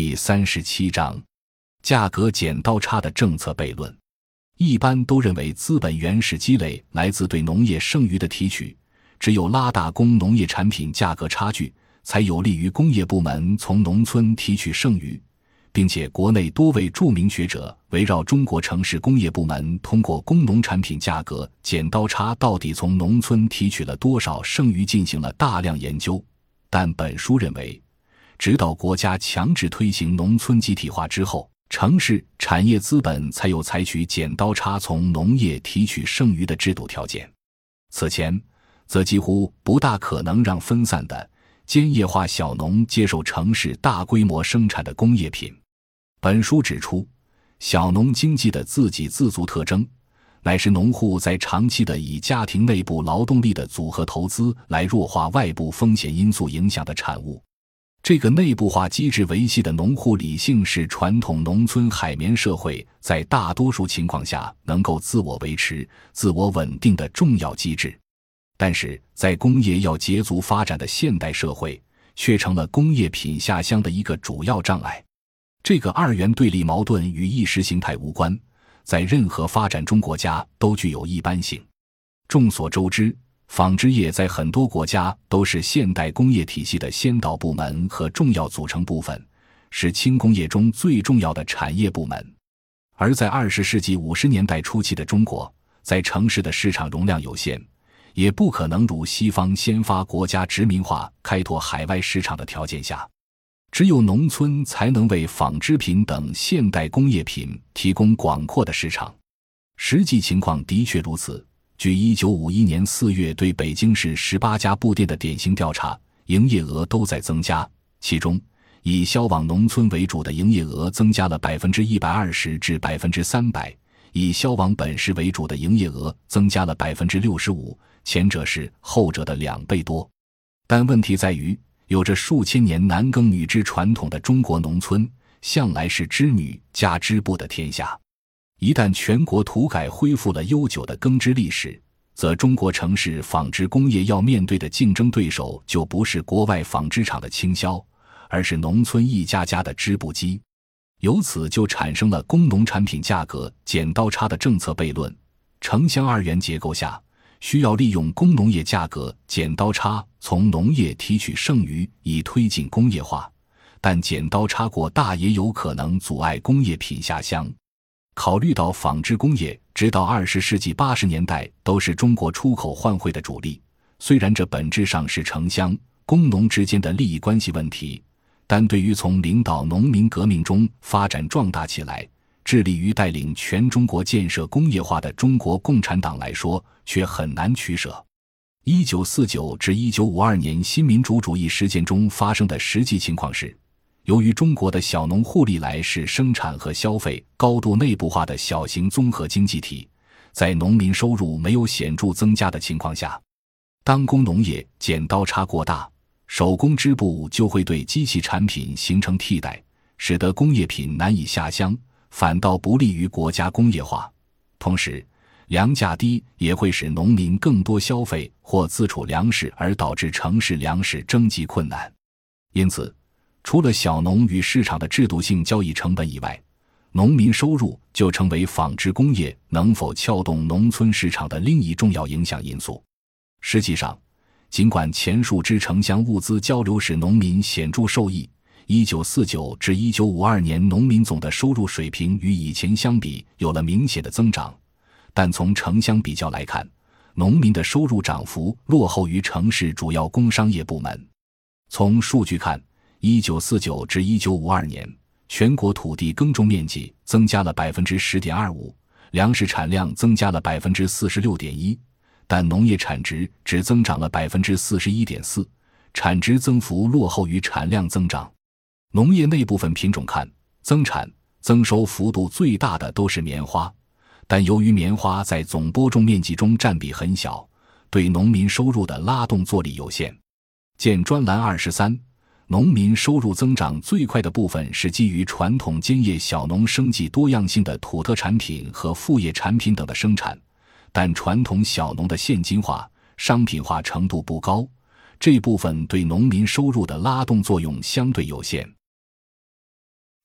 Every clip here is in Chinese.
第37章，价格剪刀差的政策悖论。一般都认为资本原始积累来自对农业剩余的提取，只有拉大工农业产品价格差距，才有利于工业部门从农村提取剩余，并且国内多位著名学者围绕中国城市工业部门通过工农产品价格剪刀差到底从农村提取了多少剩余进行了大量研究。但本书认为，直到国家强制推行农村集体化之后，城市产业资本才有采取剪刀差从农业提取剩余的制度条件。此前则几乎不大可能让分散的兼业化小农接受城市大规模生产的工业品。本书指出，小农经济的自给自足特征，乃是农户在长期的以家庭内部劳动力的组合投资来弱化外部风险因素影响的产物。这个内部化机制维系的农户理性是传统农村海绵社会在大多数情况下能够自我维持、自我稳定的重要机制。但是在工业要捷足发展的现代社会，却成了工业品下乡的一个主要障碍。这个二元对立矛盾与意识形态无关，在任何发展中国家都具有一般性。众所周知，纺织业在很多国家都是现代工业体系的先导部门和重要组成部分，是轻工业中最重要的产业部门。而在20世纪50年代初期的中国，在城市的市场容量有限，也不可能如西方先发国家殖民化开拓海外市场的条件下，只有农村才能为纺织品等现代工业品提供广阔的市场。实际情况的确如此。据1951年4月对北京市18家布店的典型调查，营业额都在增加，其中以销往农村为主的营业额增加了 120% 至 300%， 以销往本市为主的营业额增加了 65%， 前者是后者的2倍多。但问题在于，有着数千年男耕女织传统的中国农村，向来是织女加织布的天下。一旦全国土改恢复了悠久的耕织历史，则中国城市纺织工业要面对的竞争对手就不是国外纺织厂的倾销，而是农村一家家的织布机。由此就产生了工农产品价格剪刀差的政策悖论。城乡二元结构下，需要利用工农业价格剪刀差从农业提取剩余以推进工业化，但剪刀差过大也有可能阻碍工业品下乡。考虑到纺织工业直到20世纪80年代都是中国出口换汇的主力，虽然这本质上是城乡工农之间的利益关系问题，但对于从领导农民革命中发展壮大起来，致力于带领全中国建设工业化的中国共产党来说，却很难取舍。1949至1952年新民主主义实践中发生的实际情况是，由于中国的小农户历来是生产和消费高度内部化的小型综合经济体，在农民收入没有显著增加的情况下，当工农业剪刀差过大，手工织布就会对机器产品形成替代，使得工业品难以下乡，反倒不利于国家工业化。同时，粮价低也会使农民更多消费或自储粮食，而导致城市粮食征集困难。因此，除了小农与市场的制度性交易成本以外，农民收入就成为纺织工业能否撬动农村市场的另一重要影响因素。实际上，尽管前述之城乡物资交流使农民显著受益，1949至1952年农民总的收入水平与以前相比有了明显的增长，但从城乡比较来看，农民的收入涨幅落后于城市主要工商业部门。从数据看，1949至1952年，全国土地耕种面积增加了 10.25%， 粮食产量增加了 46.1%， 但农业产值只增长了 41.4%， 产值增幅落后于产量增长。农业内部分品种看，增产、增收幅度最大的都是棉花，但由于棉花在总播种面积中占比很小，对农民收入的拉动作力有限。见专栏23，农民收入增长最快的部分是基于传统兼业小农生计多样性的土特产品和副业产品等的生产，但传统小农的现金化、商品化程度不高，这部分对农民收入的拉动作用相对有限。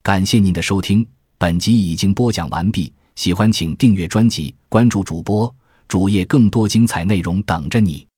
感谢您的收听，本集已经播讲完毕，喜欢请订阅专辑，关注主播，主页更多精彩内容等着你。